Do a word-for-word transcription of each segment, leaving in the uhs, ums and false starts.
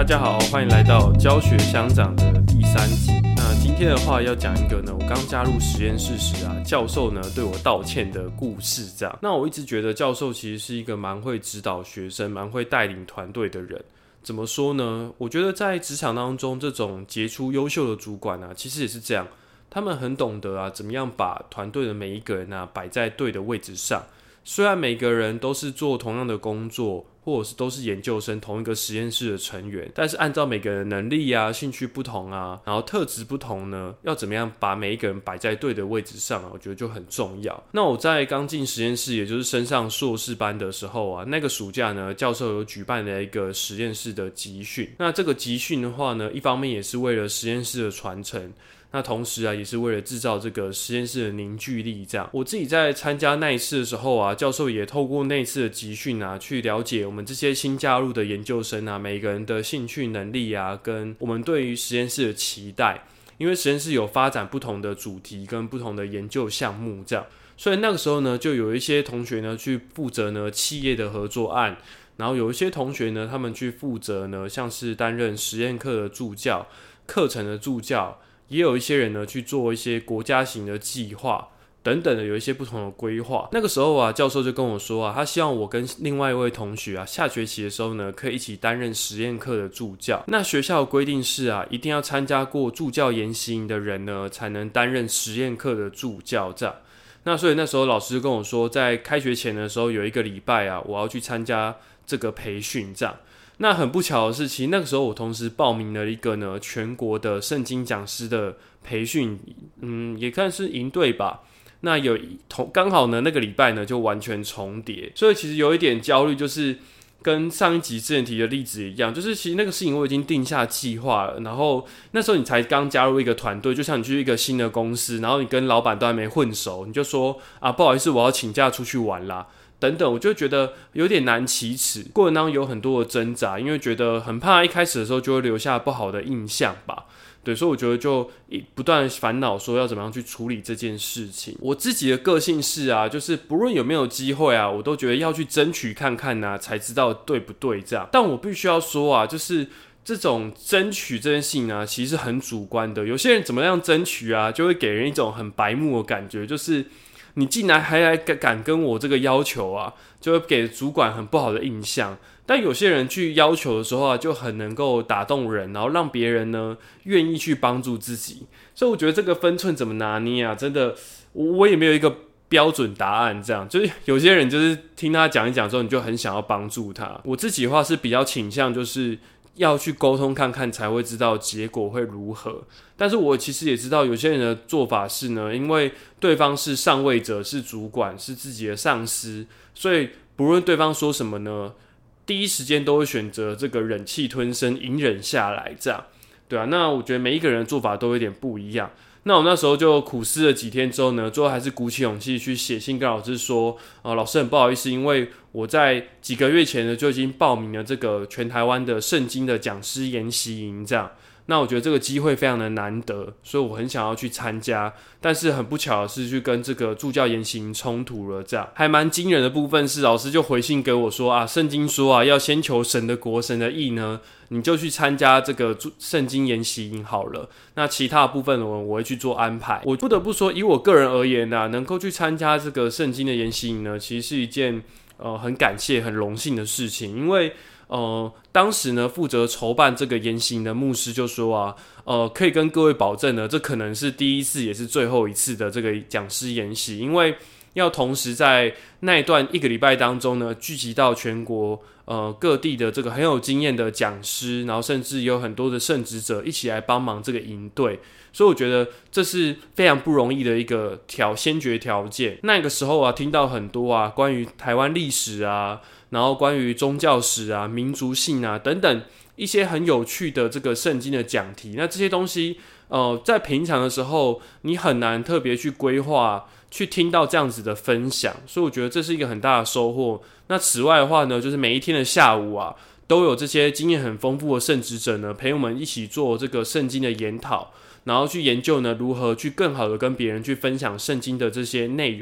大家好，欢迎来到教学相长的第三集。那今天的话要讲一个呢，我刚加入实验室时啊，教授呢对我道歉的故事。这样，那我一直觉得教授其实是一个蛮会指导学生、蛮会带领团队的人。怎么说呢？我觉得在职场当中，这种杰出优秀的主管啊，其实也是这样，他们很懂得啊，怎么样把团队的每一个人啊摆在对的位置上。虽然每个人都是做同样的工作，或者是都是研究生，同一个实验室的成员，但是按照每个人的能力啊、兴趣不同啊，然后特质不同呢，要怎么样把每一个人摆在对的位置上啊，我觉得就很重要。那我在刚进实验室，也就是升上硕士班的时候啊，那个暑假呢，教授有举办了一个实验室的集训。那这个集训的话呢，一方面也是为了实验室的传承。那同时啊，也是为了制造这个实验室的凝聚力。这样，我自己在参加那一次的时候啊，教授也透过那一次的集训啊，去了解我们这些新加入的研究生啊，每个人的兴趣能力啊，跟我们对于实验室的期待。因为实验室有发展不同的主题跟不同的研究项目，这样，所以那个时候呢，就有一些同学呢去负责呢企业的合作案，然后有一些同学呢，他们去负责呢，像是担任实验课的助教、课程的助教。也有一些人呢去做一些国家型的计划等等的，有一些不同的规划。那个时候啊，教授就跟我说啊，他希望我跟另外一位同学啊，下学期的时候呢，可以一起担任实验课的助教。那学校的规定是啊，一定要参加过助教研习营的人呢，才能担任实验课的助教。这样，那所以那时候老师就跟我说，在开学前的时候有一个礼拜啊，我要去参加这个培训。这样。那很不巧的是，其实那个时候我同时报名了一个呢全国的圣经讲师的培训，嗯，也看是营队吧。那有同刚好呢那个礼拜呢就完全重叠，所以其实有一点焦虑，就是跟上一集之前提的例子一样，就是其实那个事情我已经定下计划了，然后那时候你才刚加入一个团队，就像你去一个新的公司，然后你跟老板都还没混熟，你就说啊不好意思，我要请假出去玩啦。等等，我就觉得有点难启齿，过程当中有很多的挣扎，因为觉得很怕一开始的时候就会留下不好的印象吧。对，所以我觉得就不断烦恼说要怎么样去处理这件事情。我自己的个性是啊，就是不论有没有机会啊，我都觉得要去争取看看啊，才知道对不对这样。但我必须要说啊，就是这种争取这件事情啊，其实很主观的。有些人怎么样争取啊，就会给人一种很白目的感觉，就是你竟然还来敢跟我这个要求啊，就会给主管很不好的印象。但有些人去要求的时候啊，就很能够打动人，然后让别人呢愿意去帮助自己。所以我觉得这个分寸怎么拿捏啊，真的我也没有一个标准答案。这样，就是有些人就是听他讲一讲之后，你就很想要帮助他。我自己的话是比较倾向就是要去沟通看看，才会知道结果会如何。但是我其实也知道有些人的做法是呢，因为对方是上位者，是主管，是自己的上司，所以不论对方说什么呢，第一时间都会选择这个忍气吞声，隐忍下来。这样，对啊。那我觉得每一个人的做法都有点不一样。那我那时候就苦思了几天之后呢，最后还是鼓起勇气去写信跟老师说，呃，老师很不好意思，因为我在几个月前呢就已经报名了这个全台湾的圣经的讲师研习营，这样。那我觉得这个机会非常的难得，所以我很想要去参加，但是很不巧的是去跟这个助教研习营冲突了。这样还蛮惊人的部分是，老师就回信给我说啊，圣经说啊，要先求神的国、神的义呢，你就去参加这个圣经研习营好了。那其他的部分我我会去做安排。我不得不说，以我个人而言啊，能够去参加这个圣经的研习营呢，其实是一件呃很感谢、很荣幸的事情，因为。呃，当时呢，负责筹办这个研习营的牧师就说啊，呃，可以跟各位保证呢，这可能是第一次也是最后一次的这个讲师研习，因为要同时在那一段一个礼拜当中呢，聚集到全国呃各地的这个很有经验的讲师，然后甚至有很多的圣职者一起来帮忙这个营队，所以我觉得这是非常不容易的一个条先决条件。那个时候啊，听到很多啊关于台湾历史啊。然后关于宗教史啊、民族性啊等等一些很有趣的这个圣经的讲题，那这些东西，呃，在平常的时候你很难特别去规划，去听到这样子的分享，所以我觉得这是一个很大的收获。那此外的话呢，就是每一天的下午啊，都有这些经验很丰富的圣职者呢，陪我们一起做这个圣经的研讨，然后去研究呢如何去更好的跟别人去分享圣经的这些内容。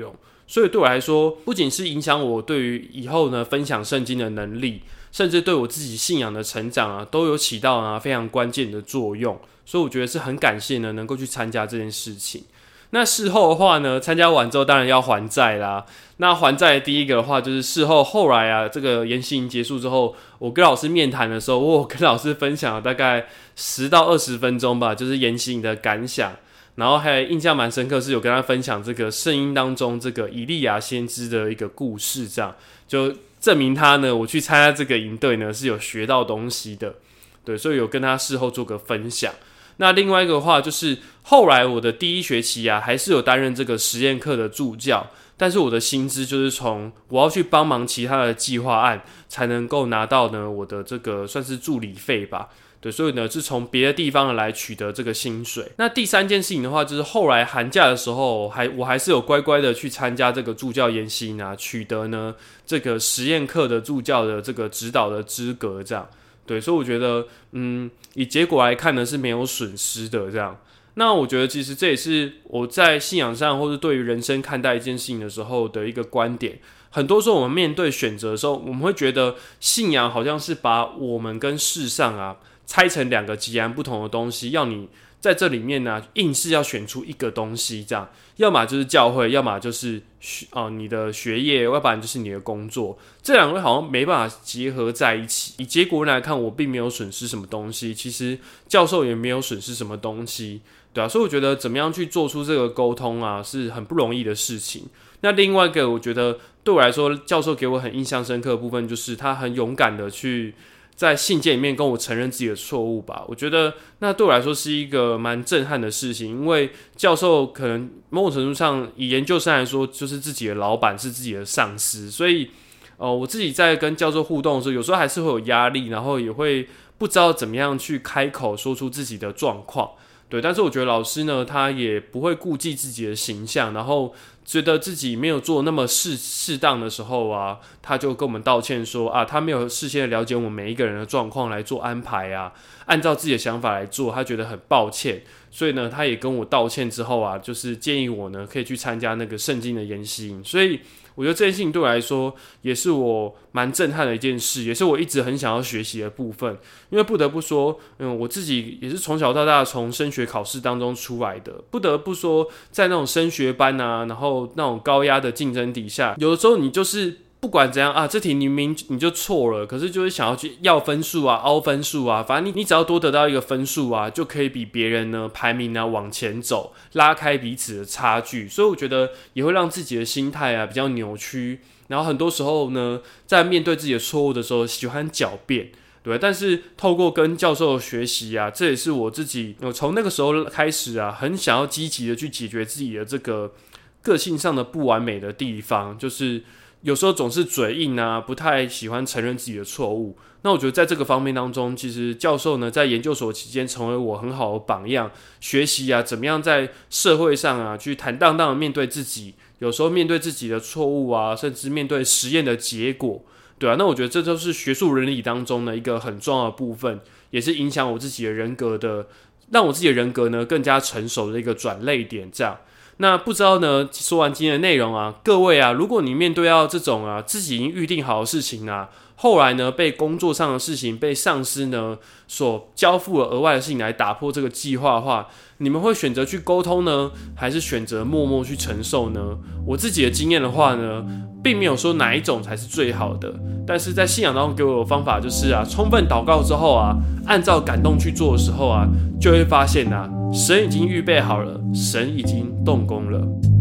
所以对我来说，不仅是影响我对于以后呢分享圣经的能力，甚至对我自己信仰的成长啊，都有起到啊非常关键的作用。所以我觉得是很感谢呢，能够去参加这件事情。那事后的话呢，参加完之后当然要还债啦。那还债的第一个的话，就是事后后来啊，这个研习营结束之后，我跟老师面谈的时候，我有跟老师分享了大概十到二十分钟吧，就是研习营的感想。然后还印象蛮深刻，是有跟他分享这个圣经当中这个以利亚先知的一个故事，这样就证明他呢，我去参加这个营队呢是有学到东西的，对，所以有跟他事后做个分享。那另外一个的话，就是后来我的第一学期啊，还是有担任这个实验课的助教，但是我的薪资就是从我要去帮忙其他的计划案，才能够拿到呢我的这个算是助理费吧。对，所以呢是从别的地方来取得这个薪水。那第三件事情的话，就是后来寒假的时候，还我还是有乖乖的去参加这个助教研习啊，取得呢这个实验课的助教的这个指导的资格，这样。对，所以我觉得，嗯，以结果来看呢是没有损失的这样。那我觉得其实这也是我在信仰上或是对于人生看待一件事情的时候的一个观点。很多时候我们面对选择的时候，我们会觉得信仰好像是把我们跟世上啊拆成两个截然不同的东西，要你在这里面呢、啊、硬是要选出一个东西，这样，要么就是教会，要么就是哦、呃、你的学业，要不然就是你的工作，这两个好像没办法结合在一起。以结果来看，我并没有损失什么东西，其实教授也没有损失什么东西，对啊，所以我觉得怎么样去做出这个沟通啊，是很不容易的事情。那另外一个，我觉得对我来说，教授给我很印象深刻的部分，就是他很勇敢的去在信件里面跟我承认自己的错误吧。我觉得那对我来说是一个蛮震撼的事情，因为教授可能某种程度上以研究生来说，就是自己的老板，是自己的上司，所以呃，我自己在跟教授互动的时候，有时候还是会有压力，然后也会不知道怎么样去开口说出自己的状况。对，但是我觉得老师呢，他也不会顾忌自己的形象，然后觉得自己没有做那么适适当的时候啊，他就跟我们道歉说啊，他没有事先的了解我们每一个人的状况来做安排啊，按照自己的想法来做，他觉得很抱歉，所以呢，他也跟我道歉之后啊，就是建议我呢可以去参加那个圣经的研习营，所以我觉得这件事情对我来说也是我蛮震撼的一件事，也是我一直很想要学习的部分。因为不得不说，嗯，我自己也是从小到大从升学考试当中出来的，不得不说，在那种升学班啊，然后那种高压的竞争底下，有的时候你就是不管怎样啊，这题你明你就错了，可是就是想要去要分数啊，凹分数啊，反正你你只要多得到一个分数啊，就可以比别人呢排名啊往前走，拉开彼此的差距。所以我觉得也会让自己的心态啊比较扭曲，然后很多时候呢，在面对自己的错误的时候，喜欢狡辩。对，但是透过跟教授的学习啊，这也是我自己从那个时候开始啊，很想要积极的去解决自己的这个个性上的不完美的地方，就是有时候总是嘴硬啊，不太喜欢承认自己的错误。那我觉得在这个方面当中，其实教授呢在研究所期间成为我很好的榜样，学习啊怎么样在社会上啊去坦荡荡的面对自己，有时候面对自己的错误啊，甚至面对实验的结果。对啊，那我觉得这都是学术伦理当中的一个很重要的部分，也是影响我自己的人格的，让我自己的人格呢更加成熟的一个转捩点。这样，那不知道呢，说完今天的内容啊，各位啊，如果你面对到这种啊自己已经预定好的事情啊，后来呢被工作上的事情被上司呢所交付了额外的事情来打破这个计划的话，你们会选择去沟通呢，还是选择默默去承受呢？我自己的经验的话呢，并没有说哪一种才是最好的，但是在信仰当中给我的方法就是啊，充分祷告之后啊，按照感动去做的时候啊，就会发现啊，神已经预备好了，神已经动工了。